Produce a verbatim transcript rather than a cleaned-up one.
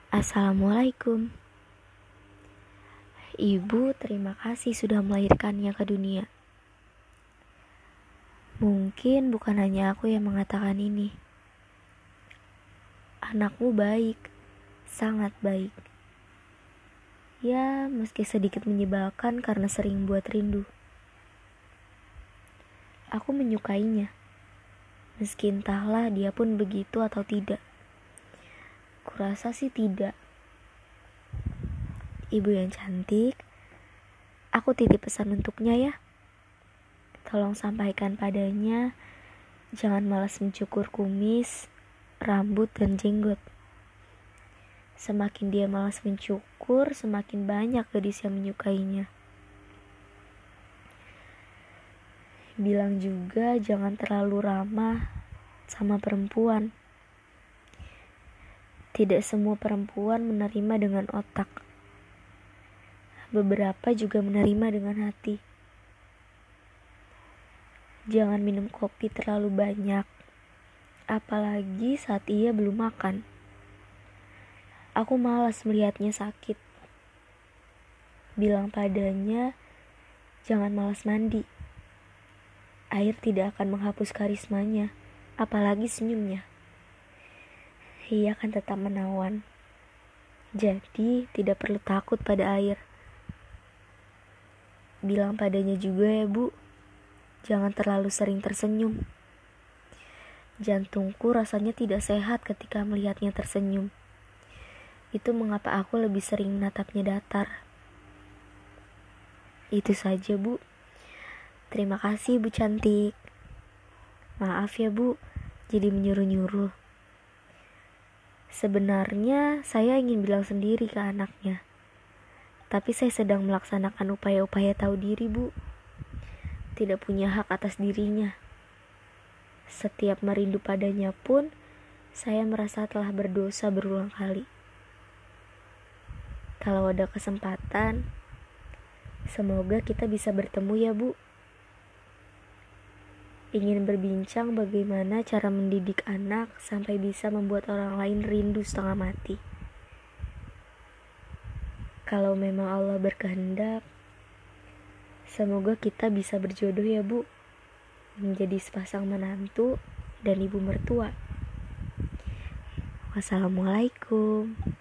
Assalamualaikum. Ibu, terima kasih sudah melahirkannya ke dunia. Mungkin bukan hanya aku yang mengatakan ini. Anakmu baik, sangat baik. Ya, meski sedikit menyebalkan karena sering buat rindu. Aku menyukainya. Meski entahlah dia pun begitu atau tidak. Kurasa sih tidak. Ibu yang cantik, aku titip pesan untuknya ya. Tolong sampaikan padanya, jangan malas mencukur kumis, rambut, dan jenggot. Semakin dia malas mencukur, semakin banyak gadis yang menyukainya. Bilang juga jangan terlalu ramah sama perempuan. Tidak semua perempuan menerima dengan otak. Beberapa juga menerima dengan hati. Jangan minum kopi terlalu banyak, apalagi saat ia belum makan. Aku malas melihatnya sakit. Bilang padanya, jangan malas mandi. Air tidak akan menghapus karismanya, apalagi senyumnya. Ia akan tetap menawan. Jadi, tidak perlu takut pada air. Bilang padanya juga ya, Bu. Jangan terlalu sering tersenyum. Jantungku rasanya tidak sehat ketika melihatnya tersenyum. Itu mengapa aku lebih sering menatapnya datar. Itu saja, Bu. Terima kasih, Bu cantik. Maaf ya, Bu, jadi menyuruh-nyuruh. Sebenarnya saya ingin bilang sendiri ke anaknya. Tapi saya sedang melaksanakan upaya-upaya tahu diri, Bu. Tidak punya hak atas dirinya. Setiap merindu padanya pun, saya merasa telah berdosa berulang kali. Kalau ada kesempatan, semoga kita bisa bertemu ya, Bu. Ingin berbincang bagaimana cara mendidik anak sampai bisa membuat orang lain rindu setengah mati. Kalau memang Allah berkehendak, semoga kita bisa berjodoh ya, Bu. Menjadi sepasang menantu dan ibu mertua. Wassalamualaikum.